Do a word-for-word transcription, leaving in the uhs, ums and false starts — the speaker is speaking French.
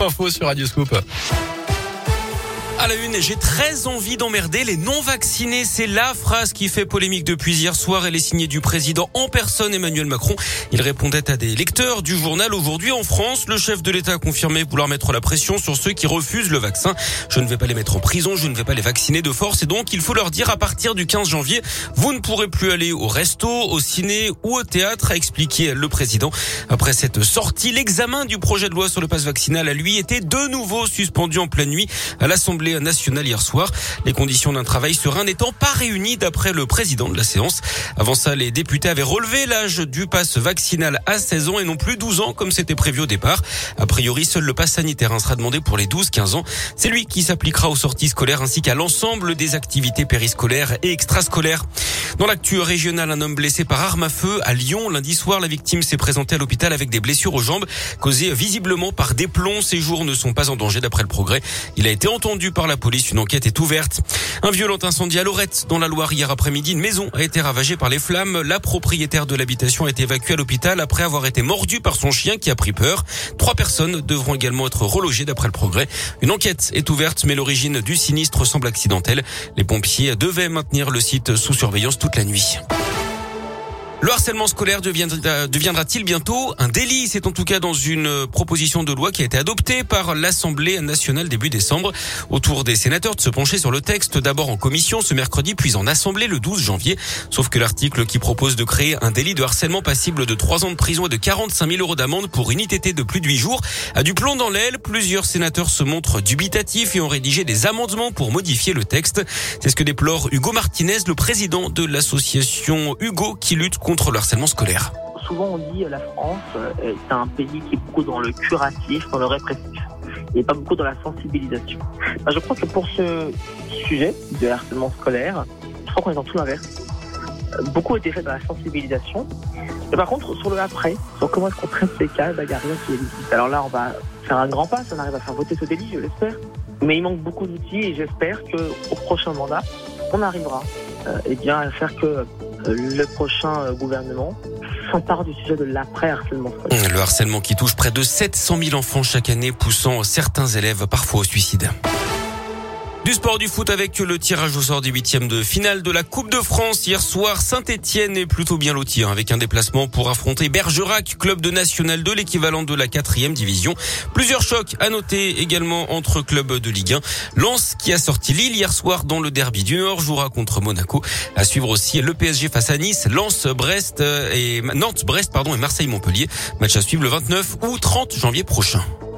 l'info sur Radio Scoop. À la une, j'ai très envie d'emmerder les non-vaccinés. C'est la phrase qui fait polémique depuis hier soir. Elle est signée du président en personne, Emmanuel Macron. Il répondait à des lecteurs du journal. Aujourd'hui, en France, le chef de l'État a confirmé vouloir mettre la pression sur ceux qui refusent le vaccin. Je ne vais pas les mettre en prison, je ne vais pas les vacciner de force. Et donc, il faut leur dire à partir du quinze janvier, vous ne pourrez plus aller au resto, au ciné ou au théâtre, a expliqué le président. Après cette sortie, l'examen du projet de loi sur le pass vaccinal a lui été de nouveau suspendu en pleine nuit à l'Assemblée nationale hier soir. Les conditions d'un travail serein n'étant pas réunies d'après le président de la séance. Avant ça, les députés avaient relevé l'âge du pass vaccinal à seize ans et non plus douze ans comme c'était prévu au départ. A priori, seul le pass sanitaire sera demandé pour les douze quinze ans. C'est lui qui s'appliquera aux sorties scolaires ainsi qu'à l'ensemble des activités périscolaires et extrascolaires. Dans l'actu régionale, un homme blessé par arme à feu à Lyon. Lundi soir, la victime s'est présentée à l'hôpital avec des blessures aux jambes causées visiblement par des plombs. Ses jours ne sont pas en danger d'après le Progrès. Il a été entendu par la police. Une enquête est ouverte. Un violent incendie à Lorette, dans la Loire, hier après-midi. Une maison a été ravagée par les flammes. La propriétaire de l'habitation a été évacuée à l'hôpital après avoir été mordue par son chien qui a pris peur. Trois personnes devront également être relogées d'après le Progrès. Une enquête est ouverte, mais l'origine du sinistre semble accidentelle. Les pompiers devaient maintenir le site sous surveillance toute la nuit. Le harcèlement scolaire deviendra, deviendra-t-il bientôt un délit? C'est en tout cas dans une proposition de loi qui a été adoptée par l'Assemblée nationale début décembre. Autour des sénateurs de se pencher sur le texte, d'abord en commission ce mercredi, puis en Assemblée le douze janvier. Sauf que l'article qui propose de créer un délit de harcèlement passible de trois ans de prison et de quarante-cinq mille euros d'amende pour une I T T de plus de huit jours a du plomb dans l'aile. Plusieurs sénateurs se montrent dubitatifs et ont rédigé des amendements pour modifier le texte. C'est ce que déplore Hugo Martinez, le président de l'association Hugo qui lutte contre contre le harcèlement scolaire. Souvent on dit que la France est un pays qui est beaucoup dans le curatif, dans le répressif, et pas beaucoup dans la sensibilisation. Ben, je crois que pour ce sujet de harcèlement scolaire, je crois qu'on est dans tout l'inverse. Beaucoup a été fait dans la sensibilisation. Et par contre, sur le après, sur comment est-ce qu'on traite ces cas, ben, il n'y a rien qui existe. Alors là, on va faire un grand pas, on arrive à faire voter ce délit, je l'espère. Mais il manque beaucoup d'outils et j'espère qu'au prochain mandat, on arrivera euh, eh bien, à faire que le prochain gouvernement s'empare du sujet de l'après-harcèlement scolaire. Le harcèlement qui touche près de sept cent mille enfants chaque année, poussant certains élèves parfois au suicide. Du sport, du foot avec le tirage au sort des huitièmes de finale de la Coupe de France. Hier soir, Saint-Etienne est plutôt bien loti avec un déplacement pour affronter Bergerac, club de National deux, l'équivalent de la quatrième division. Plusieurs chocs à noter également entre clubs de Ligue un. Lens qui a sorti Lille hier soir dans le derby du Nord jouera contre Monaco. À suivre aussi le P S G face à Nice, Lens, Brest et Nantes, Brest pardon et Marseille-Montpellier. Match à suivre le vingt-neuf ou trente janvier prochain.